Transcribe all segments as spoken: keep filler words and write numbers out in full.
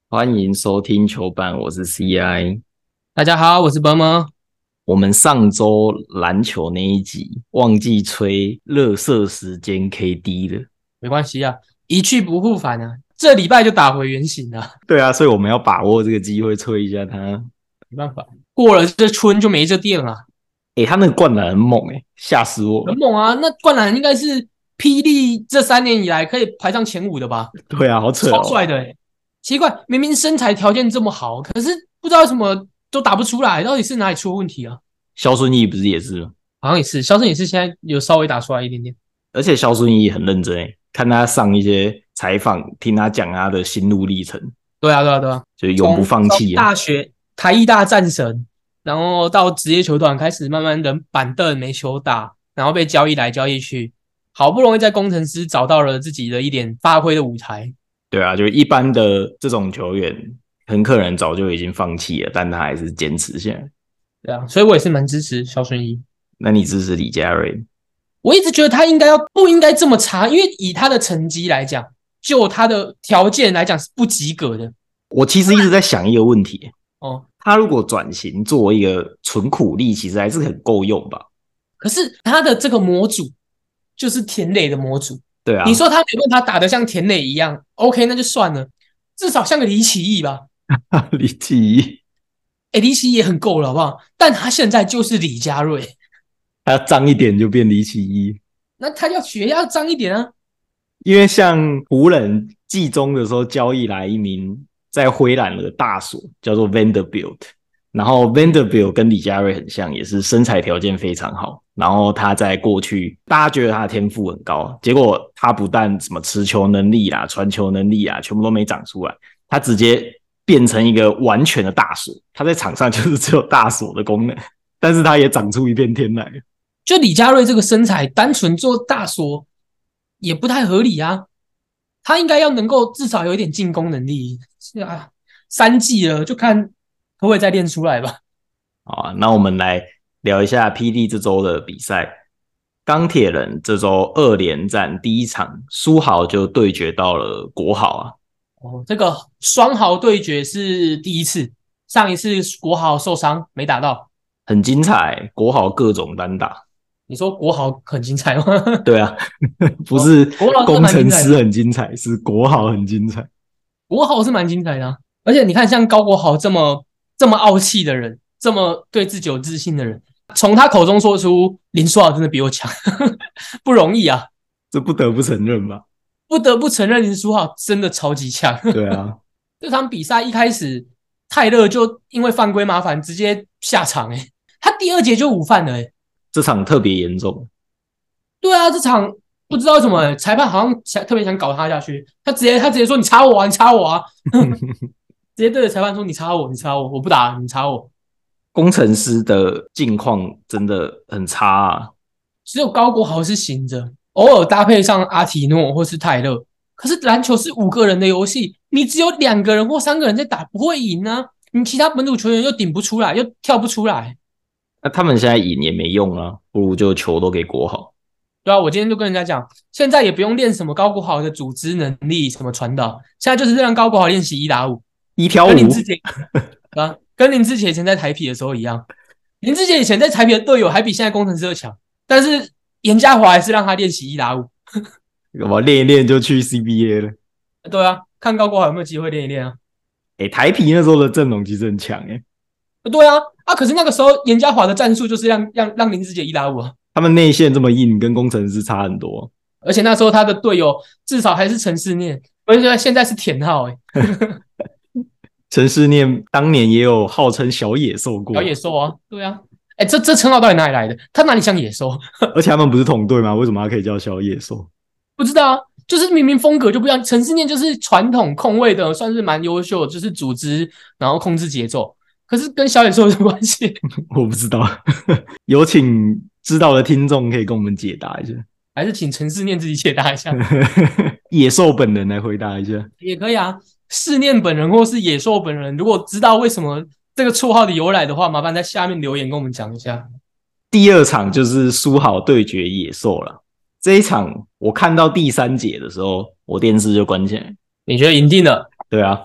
欢迎收听球板，我是 C I。 大家好，我是波波。 我们上周篮球那一集忘记吹垃圾时间 K D 了。 没关系啊，一去不复返啊，这礼拜就打回原形了。 对啊，所以我们要把握这个机会吹一下他。 没办法，过了这春就没这店了。 诶、他那个灌篮很猛诶、吓死我了。 很猛啊！那灌篮应该是霹雳这三年以来可以排上前五的吧？ 对啊，好扯超哦。 帅的诶、奇怪，明明身材条件这么好，可是不知道为什么都打不出来，到底是哪里出问题啊？ 肖顺义不是也是吗？ 好像也是，肖申也是现在有稍微打出来一点点。 而且肖顺义很认真诶、看他上一些采访，听他讲他的心路历程， 对啊，对啊，对啊， 就永不放弃啊。 大学台艺大战神，然后到职业球团开始慢慢的板凳没球打，然后被交易来交易去，好不容易在工程师找到了自己的一点发挥的舞台。 对啊，就一般的这种球员，很可能早就已经放弃了，但他还是坚持下来。 对啊，所以我也是蛮支持肖顺一。 那你支持李佳瑞？ 我一直觉得他应该要不应该这么差，因为以他的成绩来讲，就他的条件来讲是不及格的。 我其实一直在想一个问题， 哦， 他如果转型做一个纯苦力，其实还是很够用吧？ 可是他的这个模组就是田磊的模组， 对啊， 你说他没办法打得像田磊一样，OK，那就算了，至少像个李启义吧。 李启一， 哎，李启义也很够了，好不好？但他现在就是李佳瑞， 他脏一点就变李启一， 那他要学要脏一点啊。 因为像湖人季中的时候交易来一名在灰蓝的大锁，叫做 Vanderbilt。然后 Vanderbilt 跟李佳瑞很像，也是身材条件非常好。然后他在过去，大家觉得他的天赋很高，结果他不但什么持球能力啦、传球能力啊，全部都没长出来，他直接变成一个完全的大锁。他在场上就是只有大锁的功能，但是他也长出一片天来。 就李佳瑞这个身材，单纯做大锁也不太合理啊。他应该要能够至少有一点进攻能力。是啊，三季了，就看可不可以再练出来吧。 好啊，那我们来聊一下霹雳这周的比赛。钢铁人这周二连战第一场，苏豪就对决到了国豪啊。 哦，这个双豪对决是第一次，上一次国豪受伤没打到。 很精彩，国豪各种单打。 你说国豪很精彩吗？ 对啊，不哦， 是国豪是工程师蛮精彩的， 很精彩，是国豪很精彩。 国豪是蛮精彩的啊。而且你看，像高国豪这么这么傲气的人，这么对自己有自信的人，从他口中说出林书豪真的比我强，不容易啊！ 这不得不承认吧？ 不得不承认林书豪真的超级强。 对啊， 这场比赛一开始，泰勒就因为犯规麻烦直接下场、欸，他第二节就午饭了、欸， 这场特别严重。 对啊，这场不知道为什么、欸、裁判好像想特别想搞他下去，他直接他直接说你插我啊，你插我啊，直接对着裁判说你插我，你插我，我不打，你插我。 工程师的境况真的很差啊。 只有高国豪是行着，偶尔搭配上阿提诺或是泰勒。可是篮球是五个人的游戏，你只有两个人或三个人在打，不会赢啊！你其他本土球员又顶不出来，又跳不出来。 那他们现在赢也没用啊，不如就球都给国豪。 对啊，我今天就跟人家讲，现在也不用练什么高国豪的组织能力，什么传导，现在就是让高国豪练习一打五， 一挑五跟林志杰啊，跟林志杰以前在台啤的时候一样。林志杰以前在台啤的队友还比现在工程师的强，但是严家华还是让他练习一打五。 干嘛练一练就去 C B A 了？ 对啊，看高国豪有没有机会练一练啊？ 哎，台啤那时候的阵容其实很强哎。 对啊，啊，可是那个时候严家华的战术就是让让让林志杰一打五啊， 他们内线这么硬，跟工程师差很多。 而且那时候他的队友至少还是陈思念，而且现在是田浩哎、欸， 陈思念当年也有号称小野兽过， 小野兽啊，对啊，哎、欸，这这称号到底哪里来的？他哪里像野兽？ 而且他们不是同队吗？为什么他可以叫小野兽？ 不知道啊，就是明明风格就不一样。陈思念就是传统控卫的，算是蛮优秀，就是组织然后控制节奏。可是跟小野兽有什么关系？ 我不知道，有请知道的听众可以跟我们解答一下， 还是请陈思念自己解答一下？ 野兽本人来回答一下也可以啊。思念本人或是野兽本人，如果知道为什么这个绰号的由来的话，麻烦在下面留言跟我们讲一下。 第二场就是苏豪对决野兽了。这一场我看到第三节的时候，我电视就关起来。 你觉得赢定了？ 对啊，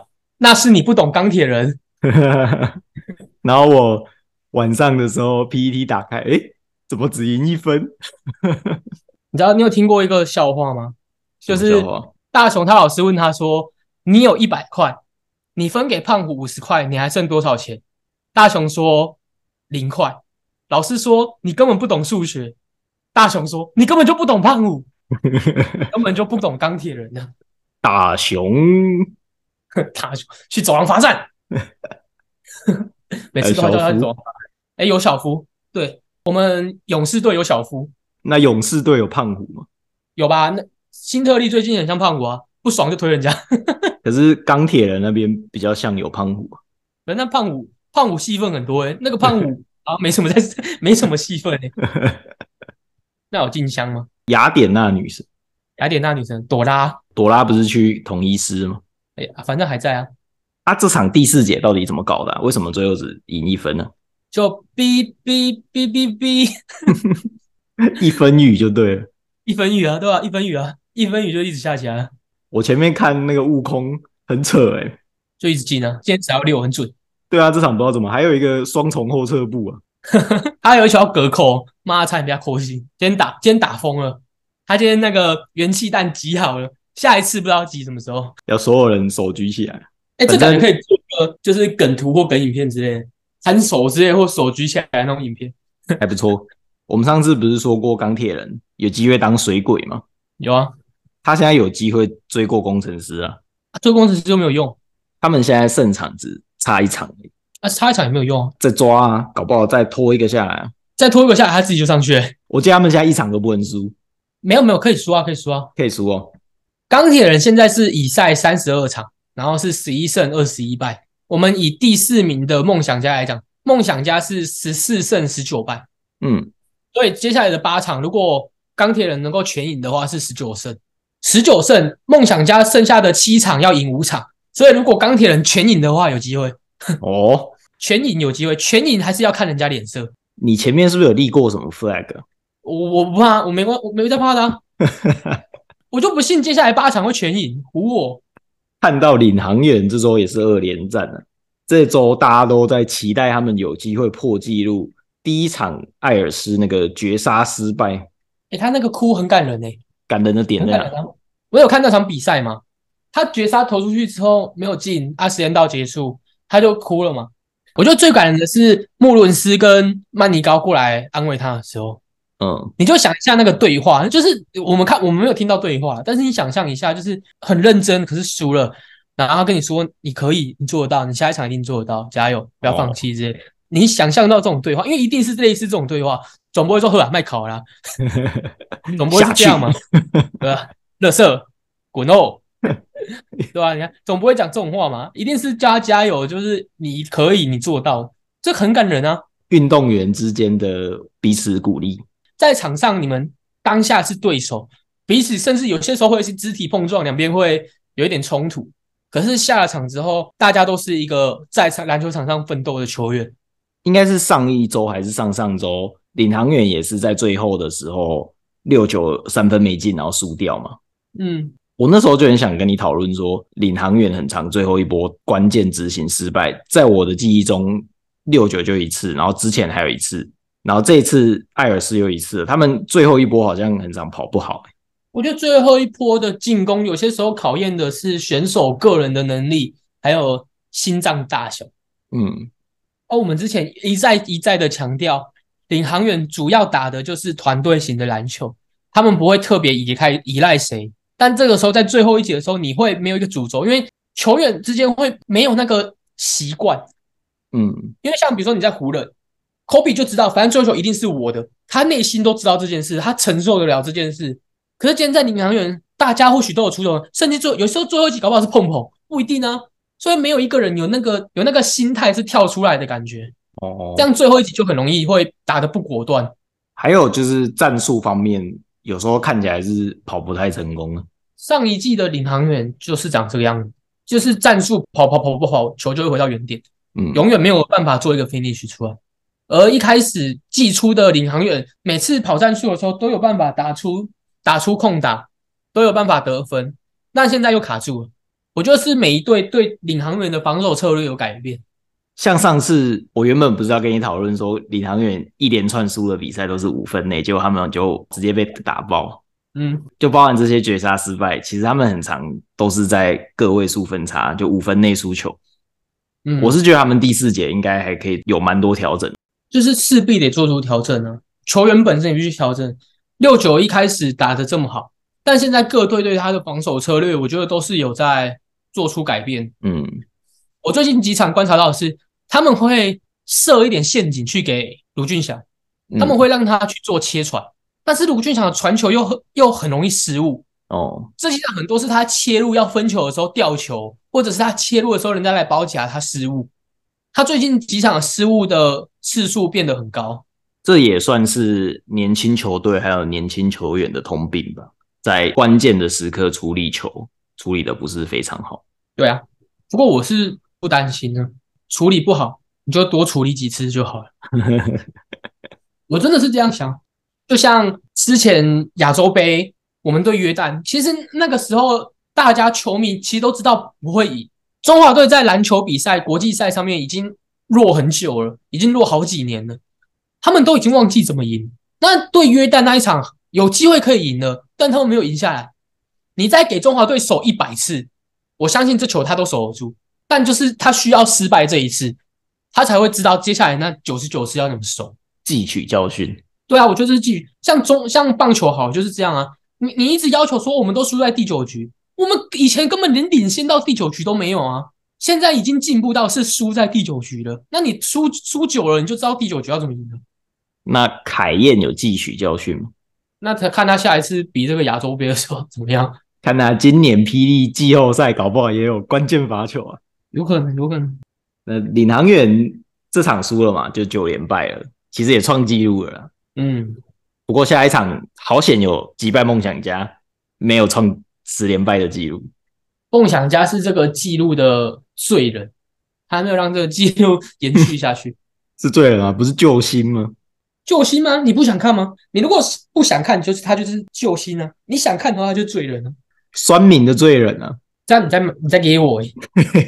那是你不懂钢铁人。 然后我晚上的时候 P T T 打开，诶，怎么只赢一分？ 你知道你有听过一个笑话吗？就是什么笑话？ 大雄他老师问他说：“你有一百块，你分给胖虎五十块，你还剩多少钱？”大雄说：“零块。”老师说：“你根本不懂数学。”大雄说：“你根本就不懂胖虎，根本就不懂钢铁人呢。 大雄，” 大雄去走廊罚站，每次都要叫他走廊罚站。哎，有小夫，对我们勇士队有小夫。 那勇士队有胖虎吗？ 有吧？那辛特利最近很像胖虎啊，不爽就推人家。 可是钢铁人那边比较像有胖虎。 人家胖虎，胖虎戏份很多诶、欸，那个胖虎啊，没什么在，没什么戏份诶。那有静香吗？ 雅典娜女神， 雅典娜女神朵拉， 朵拉不是去统一师吗？ 哎、欸，反正还在啊。 啊，这场第四节到底怎么搞的、啊？为什么最后只赢一分呢？ 就哔哔哔哔哔， 一分雨就对了， 一分雨啊，对吧、啊？一分雨啊，一分雨就一直下起来、啊。 我前面看那个悟空很扯诶、欸， 就一直进啊，今天只要六很准。 对啊，这场不知道怎么还有一个双重后撤步啊， 他有一球隔扣，妈差点被他扣进。今天打，今天打疯了。他今天那个元气弹集好了，下一次不知道集什么时候。 要所有人手举起来。 哎、欸，这感觉可以做个就是梗图或梗影片之类的，弹手之类或手举起来那种影片， 还不错。我们上次不是说过钢铁人有机会当水鬼吗？ 有啊， 他现在有机会追过工程师啊。 追工程师就没有用， 他们现在胜场只差一场而已， 啊，差一场也没有用啊， 再抓啊，搞不好再拖一个下来啊， 再拖一个下来他自己就上去了。 我记得他们现在一场都不能输。 没有没有，可以输啊，可以输啊， 可以输哦。 钢铁人现在是以赛三十二场，然后是十一胜二十一败。我们以第四名的梦想家来讲，梦想家是十四胜十九败。 嗯， 所以接下来的八场，如果钢铁人能够全赢的话，是十九胜。十九胜，梦想家剩下的七场要赢五场，所以如果钢铁人全赢的话，有机会。 哦， 全赢有机会，全赢还是要看人家脸色。 你前面是不是有立过什么 flag？ 我我不怕，我没关，我没在怕的、啊。我就不信接下来八场会全赢，唬我。 看到领航员这周也是二连战了，这周大家都在期待他们有机会破纪录。第一场艾尔斯那个绝杀失败， 哎、欸，他那个哭很感人哎、欸， 感人的点在哪？ 啊、我有看那场比赛吗？他绝杀投出去之后没有进，啊，时间到结束他就哭了嘛。我觉得最感人的是穆伦斯跟曼尼高过来安慰他的时候， 嗯， 你就想一下那个对话，就是我们看我们没有听到对话，但是你想象一下，就是很认真，可是输了，然后他跟你说你可以，你做得到，你下一场一定做得到，加油，不要放弃之类的。哦，你想象到这种对话，因为一定是类似这种对话，总不会说喝啊卖烤啦，总不会是这样嘛，对吧？垃圾滚哦，对吧？你看总不会讲这种话嘛，一定是叫他加油，就是你可以，你做到，这很感人啊。 运动员之间的彼此鼓励， 在场上你们当下是对手，彼此甚至有些时候会是肢体碰撞，两边会有一点冲突。可是下了场之后，大家都是一个在篮球场上奋斗的球员。 应该是上一周还是上上周，领航员也是在最后的时候六九三分没进，然后输掉嘛。 嗯， 我那时候就很想跟你讨论说，领航员很长，最后一波关键执行失败，在我的记忆中，六九就一次，然后之前还有一次，然后这一次艾尔斯又一次，他们最后一波好像很常跑不好。 我觉得最后一波的进攻，有些时候考验的是选手个人的能力，还有心脏大小。 嗯。 哦，我们之前一再一再的强调，领航员主要打的就是团队型的篮球，他们不会特别依赖依赖谁。但这个时候在最后一节的时候，你会没有一个主轴，因为球员之间会没有那个习惯。 嗯， 因为像比如说你在湖人 ，Kobe 就知道，反正最后球一定是我的，他内心都知道这件事，他承受得了这件事。可是今天在领航员，大家或许都有出手，甚至最有时候最后一集搞不好是碰碰，不一定啊。所以没有一个人有那个有那个心态是跳出来的感觉，哦，这样最后一集就很容易会打得不果断。 还有就是战术方面，有时候看起来是跑不太成功了。 上一季的领航员就是长这个样子，就是战术跑跑跑不跑，球就会回到原点，嗯，永远没有办法做一个 finish 出来。而一开始季初的领航员，每次跑战术的时候都有办法打出打出空档，都有办法得分，但现在又卡住了。 我觉得是每一队对领航员的防守策略有改变。 像上次我原本不是要跟你讨论说，领航员一连串输的比赛都是五分内，结果他们就直接被打爆。 嗯， 就包含这些绝杀失败，其实他们很常都是在个位数分差，就五分内输球。嗯，我是觉得他们第四节应该还可以有蛮多调整， 就是势必得做出调整啊。球员本身也必须调整。六九一开始打得这么好，但现在各队对他的防守策略，我觉得都是有在做出改变。嗯，我最近几场观察到的是，他们会设一点陷阱去给卢俊祥，他们会让他去做切传，但是卢俊祥的传球又又很容易失误。哦，这几场很多是他切入要分球的时候掉球，或者是他切入的时候人家来包夹他失误。他最近几场失误的次数变得很高。 这也算是年轻球队还有年轻球员的通病吧，在关键的时刻处理球处理的不是非常好。 对啊，不过我是不担心的，处理不好你就多处理几次就好了。我真的是这样想，就像之前亚洲杯我们对约旦，其实那个时候大家球迷其实都知道不会赢，中华队在篮球比赛国际赛上面已经弱很久了，已经弱好几年了，他们都已经忘记怎么赢。那对约旦那一场有机会可以赢了，但他们没有赢下来。你再给中华队守一百次，我相信这球他都守得住，但就是他需要失败这一次，他才会知道接下来那九十九次要怎么守， 汲取教训。 对啊，我觉得是汲取。像中像棒球好就是这样啊，你你一直要求说我们都输在第九局，我们以前根本连领先到第九局都没有啊，现在已经进步到是输在第九局了。那你输输久了，你就知道第九局要怎么赢了。 那凯燕有汲取教训吗？ 那他看他下一次比这个亚洲杯的时候怎么样？ 看他今年霹雳季后赛搞不好也有关键罚球啊， 有可能，有可能。 那领航员这场输了嘛，就九连败了，其实也创纪录了啦。嗯，不过下一场好险有击败梦想家，没有创十连败的纪录。 梦想家是这个纪录的罪人，他没有让这个纪录延续下去。 是罪人吗？不是救星吗？ 救星吗？你不想看吗？你如果不想看，就是他就是救星啊。你想看的话，他就是罪人啊。 酸民的罪人啊。 这样你再你再给我、欸。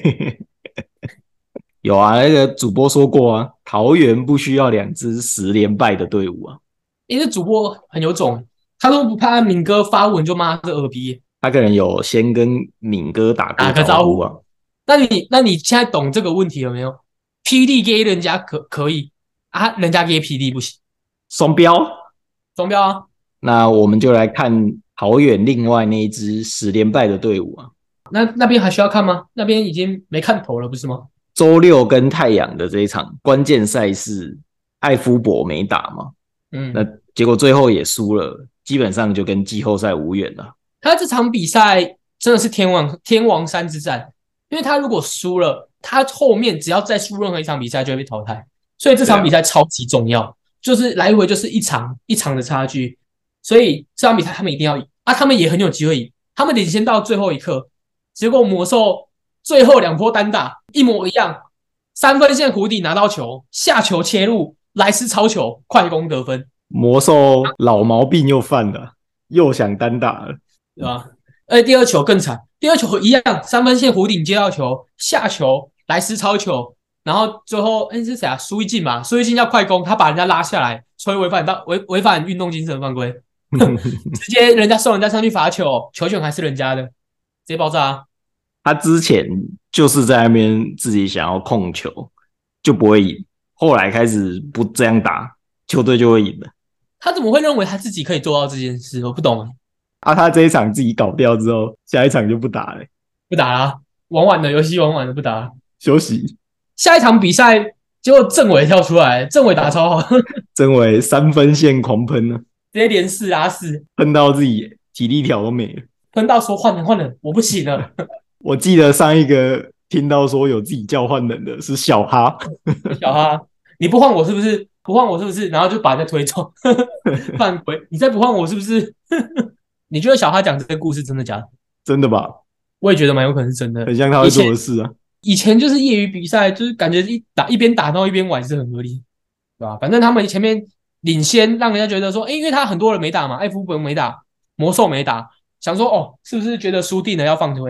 有啊，那个主播说过啊，桃园不需要两支十连败的队伍啊。 因为主播很有种，他都不怕敏哥发文就骂他是二逼。 他可能有先跟敏哥打过招呼啊。招呼那你那你现在懂这个问题了没有？霹雳给人家可可以啊，人家给霹雳不行。 双标， 双标啊！ 那我们就来看桃园另外那一支十连败的队伍啊。 那那边还需要看吗？那边已经没看头了，不是吗？ 周六跟太阳的这一场关键赛事，艾夫伯没打嘛，嗯，那结果最后也输了，基本上就跟季后赛无缘了。 他这场比赛真的是天王天王山之战，因为他如果输了，他后面只要再输任何一场比赛就会被淘汰，所以这场比赛超级重要。就是来回就是一场一场的差距，所以这场比赛他们一定要赢啊！他们也很有机会赢，他们领先到最后一刻，结果魔兽最后两波单打一模一样，三分线弧底拿到球，下球切入，莱斯超球，快攻得分。 魔兽老毛病又犯了，又想单打了， 对吧？而且第二球更惨，第二球一样，三分线弧顶接到球，下球，莱斯超球。然后最后，哎是谁啊？苏一进嘛，苏一进要快攻，他把人家拉下来，吹违反到违违反运动精神犯规，直接人家送人家上去罚球，球权还是人家的，直接爆炸啊！ 他之前就是在那边自己想要控球，就不会赢，后来开始不这样打，球队就会赢了。 他怎么会认为他自己可以做到这件事？我不懂啊！他这一场自己搞掉之后，下一场就不打了， 不打啦，玩完了游戏玩完了不打了， 休息。 下一场比赛，结果郑伟跳出来，郑伟打超好， 郑伟三分线狂喷了， 直接连四拉四， 喷到自己体力条都没了， 喷到说换人换人，我不行了。 我记得上一个听到说有自己叫换人的是小哈， 小哈，你不换我是不是？不换我是不是？然后就把人家推走，犯规，你再不换我是不是？你觉得小哈讲这个故事真的假的？ 真的吧？ 我也觉得蛮有可能是真的， 很像他会做的事啊。 以前就是业余比赛，就是感觉一打一边打到一边玩是很合理，对吧？反正他们前面领先，让人家觉得说，哎，因为他很多人没打嘛，艾夫伯没打，魔兽没打，想说哦，是不是觉得输定了要放推了？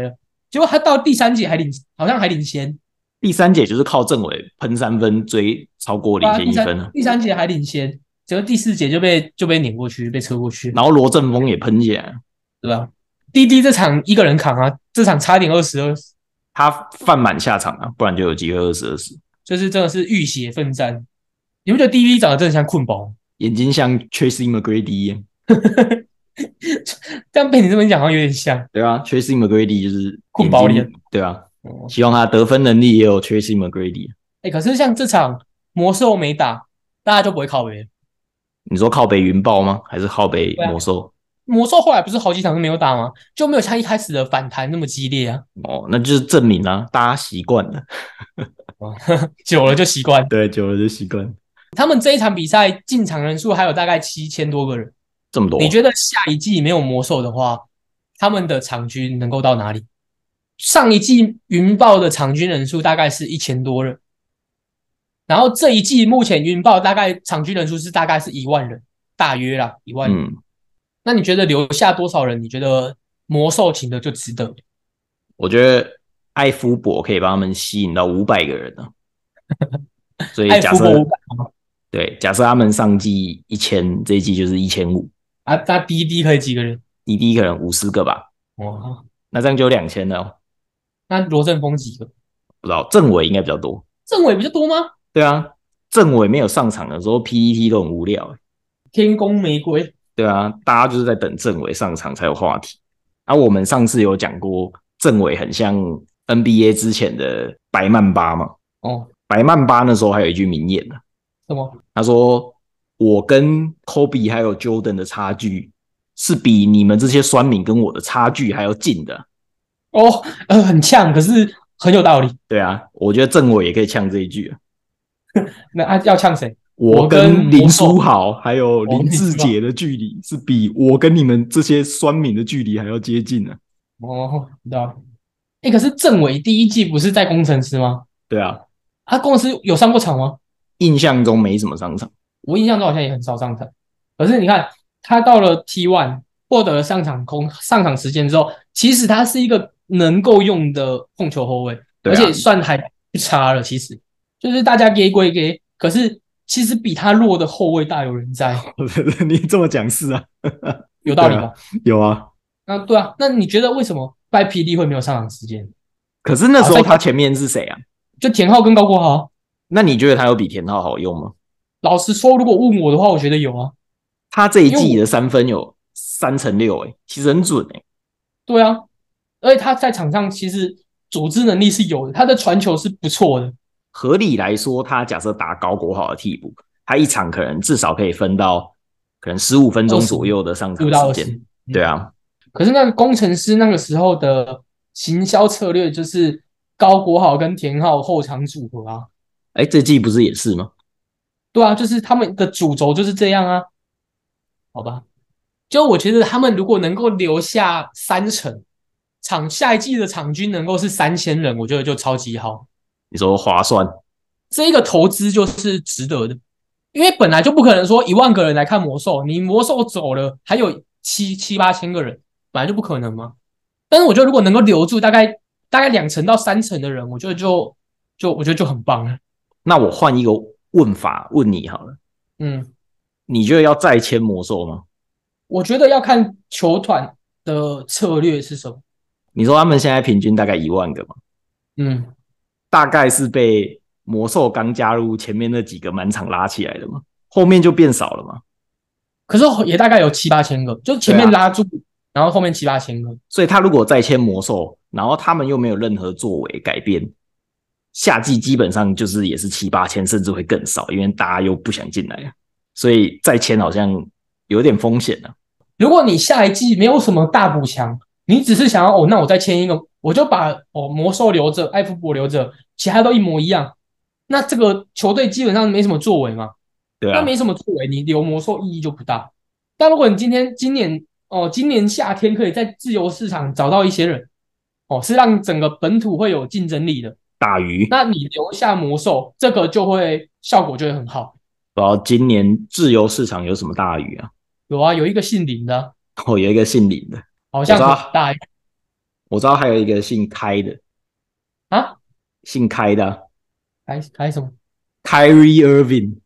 结果他到第三节还领，好像还领先。 第三节就是靠郑伟喷三分追超过领先一分了， 第三节还领先，结果第四节就被就被碾过去，被车过去。 然后罗振峰也喷起来， 对吧？滴滴这场一个人扛啊，这场差点二十二十， 他犯满下场啊，不然就有机会二十二十。 就是真的是浴血奋战。你不觉得滴滴长得真的像困宝？ 眼睛像 Tracy McGrady 一样。 这样被你这么讲，好像有点像。 对啊 ，Tracy McGrady 就是困宝脸。 对啊，希望他得分能力也有 Tracy McGrady。 哎、欸，可是像这场魔兽没打，大家就不会靠北。 你说靠北云豹吗？还是靠北魔兽？ 魔兽后来不是好几场都没有打吗？就没有像一开始的反弹那么激烈啊。 哦，那就是证明啊，大家习惯了， 久了就习惯。 对，久了就习惯。 他们这一场比赛进场人数还有大概七千多个人， 这么多？ 你觉得下一季没有魔兽的话，他们的场均能够到哪里？上一季云豹的场均人数大概是一千多人，然后这一季目前云豹大概场均人数是大概是一万人，大约啦一万人。嗯，那你觉得留下多少人？你觉得魔兽请的就值得？ 我觉得艾夫伯可以帮他们吸引到五百个人呢、啊，所以假设对，假设他们上季一千，这一季就是一千五啊。那滴滴可以几个人？ 滴滴可能五十个吧。哇，那这样就有两千了、哦。 那罗振峰几个？ 不知道，郑伟应该比较多。 郑伟比较多吗？ 对啊，郑伟没有上场的时候 P T T 都很无聊、欸。 天宫玫瑰。 对啊，大家就是在等郑伟上场才有话题。啊，我们上次有讲过，郑伟很像 N B A 之前的白曼巴嘛。哦，白曼巴那时候还有一句名言呢、啊。 什么？ 他说：“我跟 Kobe 还有 Jordan 的差距，是比你们这些酸民跟我的差距还要近的。” 哦，呃，很呛，可是很有道理。 对啊，我觉得郑伟也可以呛这一句啊。 那啊，要呛谁？ 我跟林书豪还有林志杰的距离，是比我跟你们这些酸民的距离还要接近啊。 哦，知道。哎、欸，可是郑伟第一季不是在工程师吗？ 对啊。 他工程师有上过场吗？ 印象中没什么上场。 我印象中好像也很少上场。可是你看，他到了 T 一 获得了上场空上场时间之后，其实他是一个能够用的控球后卫，啊、而且算还不差了。其实就是大家给归给，可是其实比他弱的后卫大有人在。 你这么讲是啊， 有道理吧？ 啊有啊。 那对啊，那你觉得为什么拜霹雳会没有上场时间？ 可是那时候他前面是谁啊？ 就田浩跟高国豪。 那你觉得他有比田浩好用吗？ 老实说，如果问我的话，我觉得有啊。 他这一季的三分有三成六，哎，其实很准哎、欸。 对啊，而且他在场上其实组织能力是有的，他的传球是不错的。 合理来说，他假设打高国豪的替补，他一场可能至少可以分到可能十五分钟左右的上场时间。对啊， 可是那个工程师那个时候的行销策略就是高国豪跟田浩后场组合啊。 哎，这季不是也是吗？ 对啊，就是他们的主轴就是这样啊。好吧，就我觉得他们如果能够留下三成场，下一季的场均能够是三千人，我觉得就超级好。 你说划算？ 这个投资就是值得的，因为本来就不可能说一万个人来看魔兽，你魔兽走了还有七七八千个人，本来就不可能嘛。但是我觉得如果能够留住大概大概两成到三成的人，我觉得就就我觉得就很棒了。 那我换一个问法问你好了，嗯，你觉得要再签魔兽吗？ 我觉得要看球团的策略是什么。 你说他们现在平均大概一万个嘛？嗯，大概是被魔兽刚加入前面那几个满场拉起来的嘛，后面就变少了嘛。 可是也大概有七八千个，就前面拉住，啊、然后后面七八千个。 所以他如果再签魔兽，然后他们又没有任何作为改变，夏季基本上就是也是七八千，甚至会更少，因为大家又不想进来啊，所以再签好像有点风险啊。 如果你下一季没有什么大补强，你只是想要哦，那我再签一个，我就把哦魔兽留着，艾夫伯留着，其他都一模一样，那这个球队基本上没什么作为嘛。 对啊， 那没什么作为，你留魔兽意义就不大。但如果你今天今年哦，今年夏天可以在自由市场找到一些人哦，是让整个本土会有竞争力的大鱼， 那你留下魔兽，这个就会效果就会很好。 不知道今年自由市场有什么大鱼啊？ 有啊，有一个姓林的， 哦，有一个姓林的， 好像很大一个。 我知道还有一个姓开的， 啊？ 姓开的、啊、 开开什么？ Kyrie Irving。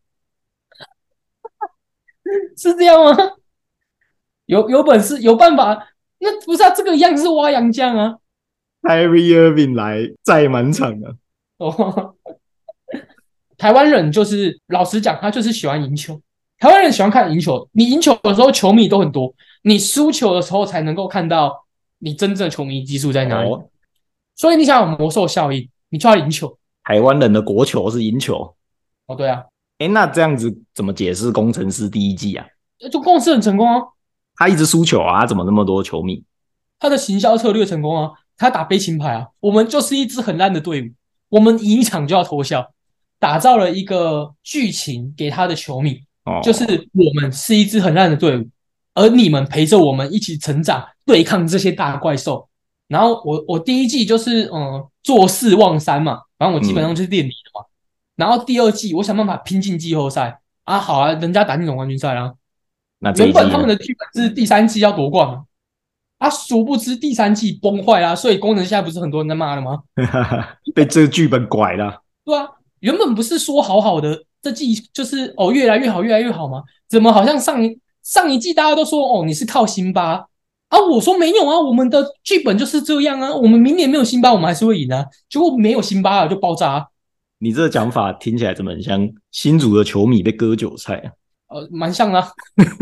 是这样吗？有有本事有办法？那不是啊，这个一样是挖洋将啊。 Kyrie Irving 来载满场的。 哦，台湾人就是老实讲，他就是喜欢赢球。台湾人喜欢看赢球，你赢球的时候球迷都很多，你输球的时候才能够看到你真正的球迷基数在哪里。 哦， 所以你想有魔兽效应，你就要赢球。 台湾人的国球是赢球。 哦，对啊， 哎，那这样子怎么解释工程师第一季啊？ 就公司很成功啊， 他一直输球啊，他怎么那么多球迷？ 他的行销策略成功啊，他打悲情牌啊。我们就是一支很烂的队伍，我们赢一场就要偷笑，打造了一个剧情给他的球迷， 哦， 就是我们是一支很烂的队伍，而你们陪着我们一起成长，对抗这些大怪兽。然后我我第一季就是嗯坐四望三嘛，反正我基本上就是练你的嘛。然后第二季我想办法拼进季后赛啊，好啊，人家打进总冠军赛啦。 那这一原季呢？ 本他们的剧本是第三季要夺冠嘛，啊，殊不知第三季崩坏啦，所以工程现在不是很多人在骂了吗？ 被这个剧本拐了。 对啊，原本不是说好好的，这季就是哦越来越好，越来越好吗？怎么好像上一上一季大家都说哦你是靠辛巴啊？我说没有啊，我们的剧本就是这样啊，我们明年没有辛巴，我们还是会赢啊。结果没有辛巴了就爆炸啊， 你这个讲法听起来怎么很像新竹的球迷被割韭菜啊？ 呃，蛮像的啊。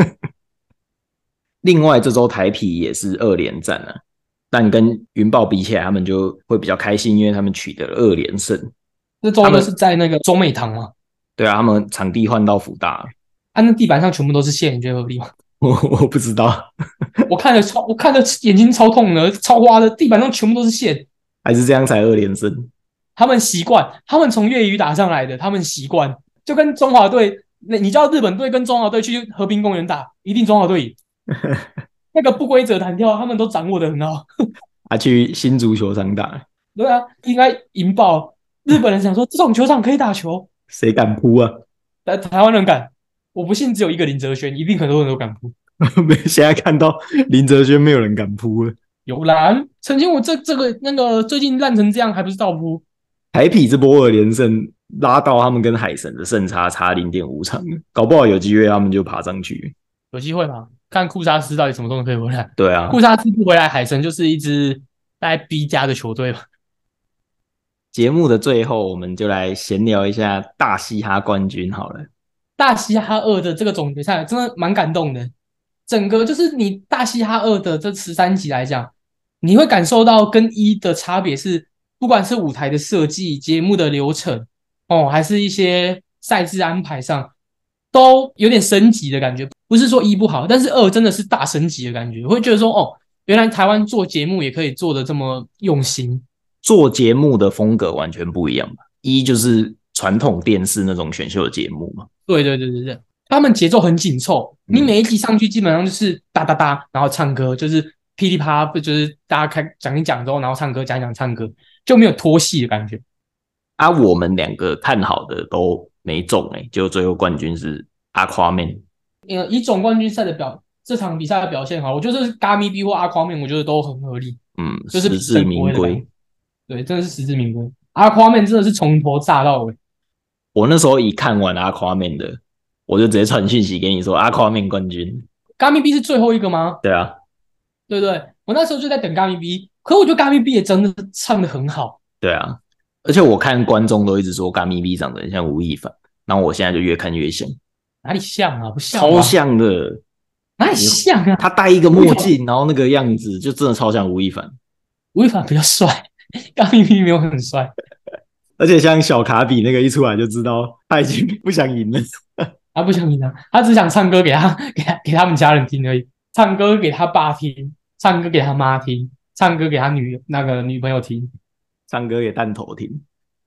另外，这周台啤也是二连战啊，但跟云豹比起来，他们就会比较开心，因为他们取得了二连胜。 这周的是在那个中美堂嘛？ 对啊，他们场地换到福大了。 啊，那地板上全部都是线，你觉得合理吗？ 我我不知道， 我看了超，我看的眼睛超痛的，超花的，地板上全部都是线。 还是这样才二连胜。 他们习惯，他们从粤语打上来的，他们习惯，就跟中华队，那你叫日本队跟中华队去和平公园打，一定中华队赢。那个不规则弹跳，他们都掌握的很好。 啊，去新足球场打， 对啊，应该赢爆。日本人想说这种球场可以打球， 谁敢扑啊？ 但台湾人敢。我不信只有一个林哲轩，一定很多人都敢扑。 现在看到林哲轩，没有人敢扑了。 有啦，陈清武这这个那个最近烂成这样，还不是倒扑？ 台啤这波二连胜拉到他们跟海神的胜差差零点五场，搞不好有机会他们就爬上去。 有机会吗？看库萨斯到底什么时候可以回来。 对啊， 库萨斯不回来，海神就是一支大概 B 加的球队吧。 节目的最后，我们就来闲聊一下大嘻哈冠军好了。 大嘻哈二的这个总决赛真的蛮感动的，整个就是你大嘻哈二的这十三集来讲，你会感受到跟一的差别是，不管是舞台的设计、节目的流程哦，还是一些赛制安排上，都有点升级的感觉。不是说一不好，但是二真的是大升级的感觉，会觉得说哦，原来台湾做节目也可以做的这么用心。 做节目的风格完全不一样吧？一就是传统电视那种选秀的节目嘛。 对对对对对，他们节奏很紧凑，你每一集上去基本上就是哒哒哒，然后唱歌，就是噼里啪啦，就是大家开讲一讲之后，然后唱歌讲一讲唱歌，就没有拖戏的感觉。 啊，我们两个看好的都没中哎、欸，就最后冠军是 Aquaman。 呃，以总冠军赛的表这场比赛的表现好，我觉得是 Gami B 或 Aquaman，我觉得都很合理， 嗯， 就是实至名归。 对，真的是实至名归。Aquaman 真的是从头炸到尾。 我那时候一看完 Aquaman 的，我就直接传讯息给你说 Aquaman 冠军。 Gami B 是最后一个吗？ 对啊， 对不对？我那时候就在等 Gami B， 可我觉得 Gami B 也真的唱的很好。 对啊，而且我看观众都一直说 Gami B 长得很像吴亦凡，然后我现在就越看越像。 哪里像啊？不像， 超像的。 哪里像啊？ 他戴一个墨镜，然后那个样子就真的超像吴亦凡。 吴亦凡比较帅，Gami B 没有很帅。 而且像小卡比那个一出来就知道他已经不想赢了。 他不想赢啊，他只想唱歌给他给他给他们家人听而已，唱歌给他爸听，唱歌给他妈听，唱歌给他女那个女朋友听， 唱歌给弹头听。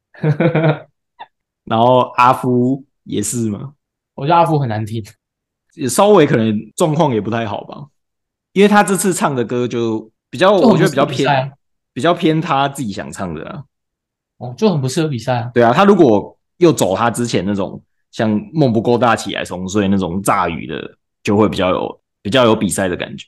然后阿夫也是嘛， 我觉得阿夫很难听， 稍微可能状况也不太好吧，因为他这次唱的歌就比较，我觉得比较偏、啊、比较偏他自己想唱的啊。 哦，就很不适合比赛啊。 对啊，他如果又走他之前那种像梦不够大起来重睡那种炸鱼的，就会比较有比较有比赛的感觉。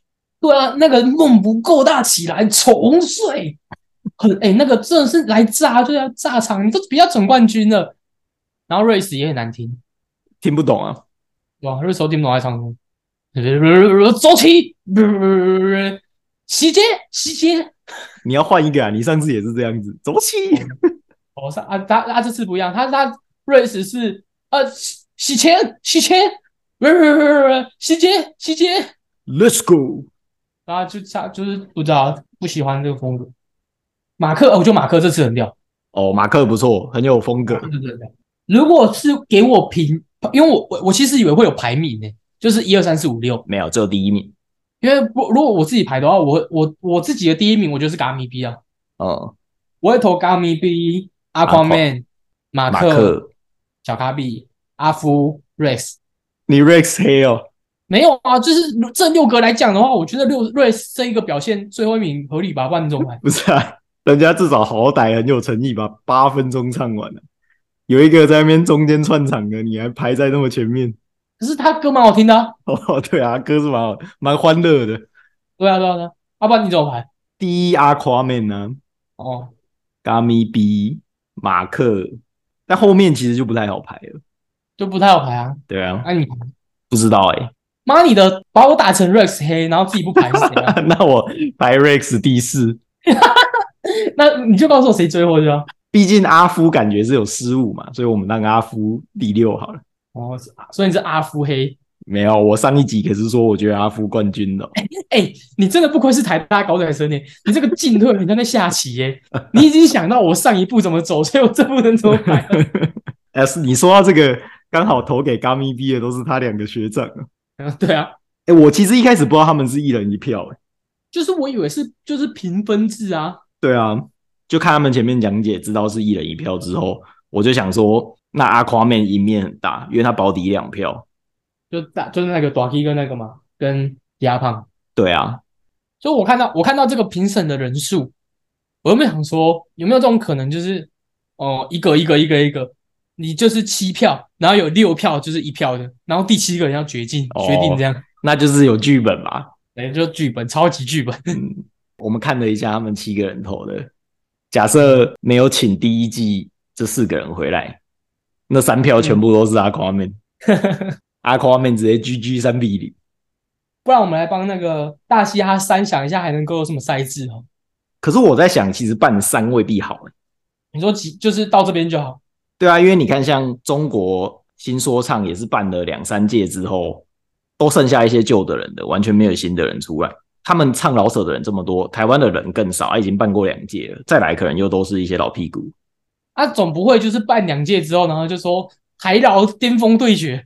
对啊，那个梦不够大起来重睡，很哎、欸，那个真的是来炸，就要炸场，你都比较总冠军了。然后瑞士也很难听， 听不懂啊。 对吧？瑞士听不懂在唱什么，周琦，洗劫，洗劫。 你要换一个啊！你上次也是这样子，走起。 哦，上啊，他他这次不一样，他他瑞士是呃洗洗钱，洗钱，洗劫，洗劫。 Let's go。 然后就他就是不知道不喜欢这个风格。马克，哦我觉得马克这次很屌。 哦，马克不错，很有风格。 对对对，如果是给我评，因为我我我其实以为会有排名呢，就是一二三四五六， 没有，只有第一名。 因为如果我自己排的话，我我我自己的第一名我就是嘎米 B 啊， 嗯， 我会投嘎米 B、阿夸 man、马马克、 克， 小卡比、阿夫、Rex。 你 Rex 黑哦？ 没有啊，就是这六个来讲的话，我觉得六 Rex 这一个表现最后一名合理吧，万众来。 不是啊，人家至少好歹很有诚意，把八分钟唱完了。有一个在那边中间串场的，你还排在那么前面。 可是他歌蛮好听的、啊。 哦，对啊，歌是蛮好，蛮欢乐的。 对啊，对啊，对啊。要、啊、不然你怎么排？ 第一阿夸 man 呢？ 哦， 嘎咪 B、马克，但后面其实就不太好排了。 就不太好排啊。 对啊， 那、啊、你不知道哎、欸。 妈，你的把我打成 Rex 黑，然后自己不排是怎样？ 那我排 Rex 第四。 那你就告诉我谁追货就好。 毕竟阿夫感觉是有失误嘛，所以我们让阿夫第六好了。 哦，所以你是阿夫黑？ 没有，我上一集可是说我觉得阿夫冠军的、哦。 哎、欸，你真的不愧是台大高材生耶！你这个进退很像在下棋耶！你已经想到我上一步怎么走，所以我这步能怎么摆？ 哎，是你说到这个，刚好投给 Gummy B 的都是他两个学长啊。 嗯，对啊。 哎，我其实一开始不知道他们是一人一票，哎， 就是我以为是就是平分制啊。 对啊，就看他们前面讲解，知道是一人一票之后，我就想说，那阿夸面赢面很大，因为他保底两票。 就大就是那个短 K 跟那个嘛，跟亚胖。 对啊， 所以我看到我看到这个评审的人数，我有没有想说有没有这种可能，就是哦、呃、一个一个一个一个，你就是七票，然后有六票就是一票的，然后第七个人要决定、哦、决定这样， 那就是有剧本吧？ 哎，就剧本，超级剧本。 嗯，我们看了一下他们七个人投的，假设没有请第一季这四个人回来，那三票全部都是阿夸面。嗯阿夸面直接 G G 三比零。 不然我们来帮那个大嘻哈三想一下，还能够有什么赛制哦？ 可是我在想，其实办三未必好。 你说几就是到这边就好？ 对啊，因为你看，像中国新说唱也是办了两三届之后，都剩下一些旧的人的，完全没有新的人出来。他们唱老舍的人这么多，台湾的人更少，已经办过两届了，再来可能又都是一些老屁股。 啊，总不会就是办两届之后，然后就说海老巅峰对决。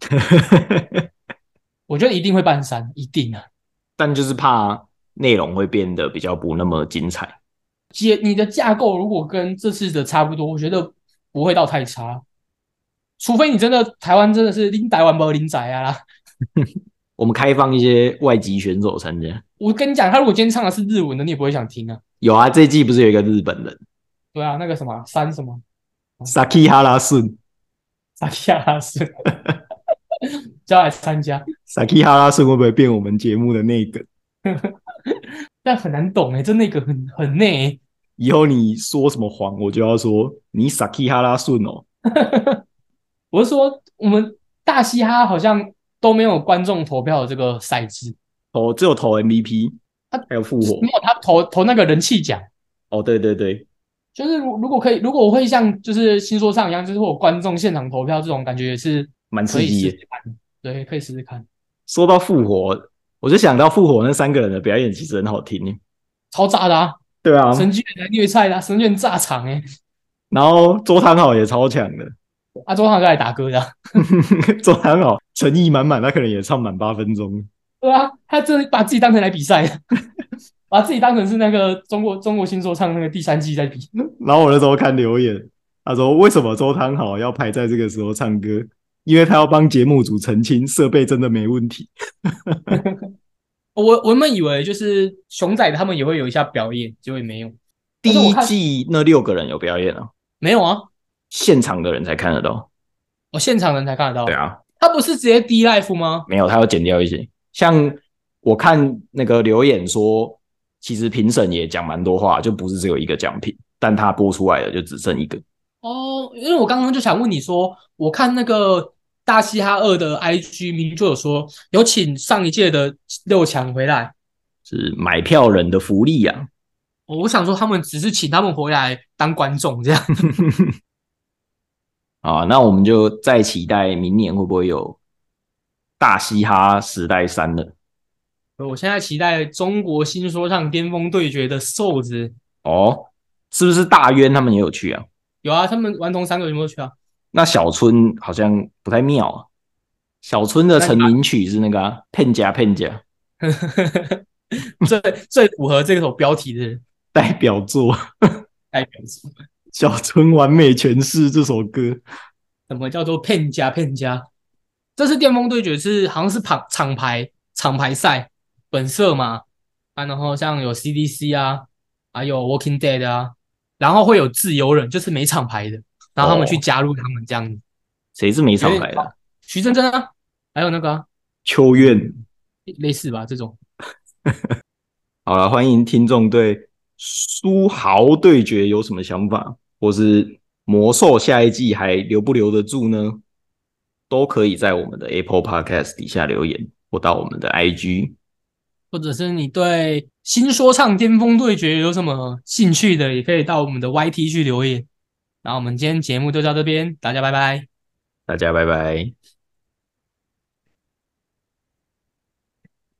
我觉得一定会办三，一定啊。 但就是怕内容会变得比较不那么精彩。 解你的架构如果跟这次的差不多，我觉得不会到太差，除非你真的台湾真的是拎台湾不拎仔啊啦。 我们开放一些外籍选手参加。 我跟你讲，他如果今天唱的是日文的，你也不会想听啊。 有啊，这一季不是有一个日本人？ 对啊，那个什么山什么 Saki 哈拉顺。 Saki 哈拉顺。就要来参加 Saki 哈拉顺会不会变我们节目的内梗？ 但很难懂哎、欸，这那个很很内、欸。 以后你说什么谎，我就要说你 Saki 哈拉顺哦。 我是说，我们大嘻哈好像都没有观众投票的这个赛制， 投只有投 M V P， 还有复活， 没有他投投那个人气奖。 哦，对对对， 就是如果可以，如果我会像就是新说唱一样，就是会有观众现场投票这种感觉，也是蛮刺激的。 对，可以试试看。 说到复活，我就想到复活那三个人的表演其实很好听， 超炸的啊！ 对啊， 神剧来虐菜的、啊，神剧炸场哎、欸。 然后周汤豪也超强的， 啊，周汤豪来打歌的、啊， 周汤豪诚意满满，他可能也唱满八分钟。 对啊，他真的把自己当成来比赛的，把自己当成是那个中国中国新说唱那个第三季在比。 然后我那时候看留言，他说为什么周汤豪要排在这个时候唱歌？因为他要帮节目组澄清设备真的没问题。 我我们以为就是熊仔他们也会有一下表演，结果也没有。 第一季那六个人有表演啊？ 没有啊， 现场的人才看得到。 哦，现场人才看得到。 对啊， 他不是直接 D live 吗？ 没有，他要剪掉一些。像我看那个留言说，其实评审也讲蛮多话，就不是只有一个奖品，但他播出来的就只剩一个。 哦，因为我刚刚就想问你说，我看那个大嘻哈二的 I G 明明就有说有请上一届的六强回来， 是买票人的福利啊。 我想说他们只是请他们回来当观众这样。 啊，那我们就再期待明年会不会有大嘻哈时代三了。 我现在期待中国新说唱巅峰对决的瘦子。 哦，是不是大渊他们也有去啊？ 有啊，他们顽童三个有没有去啊？ 那小春好像不太妙啊。小春的成名曲是那个啊，骗家骗家， 最最符合这首标题的代表作， 代表作。 小春完美诠释这首歌。 什么叫做骗家骗家？这次巅峰对决是好像是厂厂牌厂牌赛，本色嘛啊，然后像有 C D C 啊，还有 Walking Dead 啊，然后会有自由人，就是没厂牌的，然后他们去加入他们这样子。 谁是没厂牌的？ 徐真真啊，还有那个、啊、 秋苑， 类似吧这种。 好了，欢迎听众对书豪对决有什么想法，或是魔兽下一季还留不留得住呢？都可以在我们的 Apple Podcast 底下留言，或到我们的 I G， 或者是你对新说唱巅峰对决有什么兴趣的，也可以到我们的 Y T 去留言。然后我们今天节目就到这边，大家拜拜。 大家拜拜。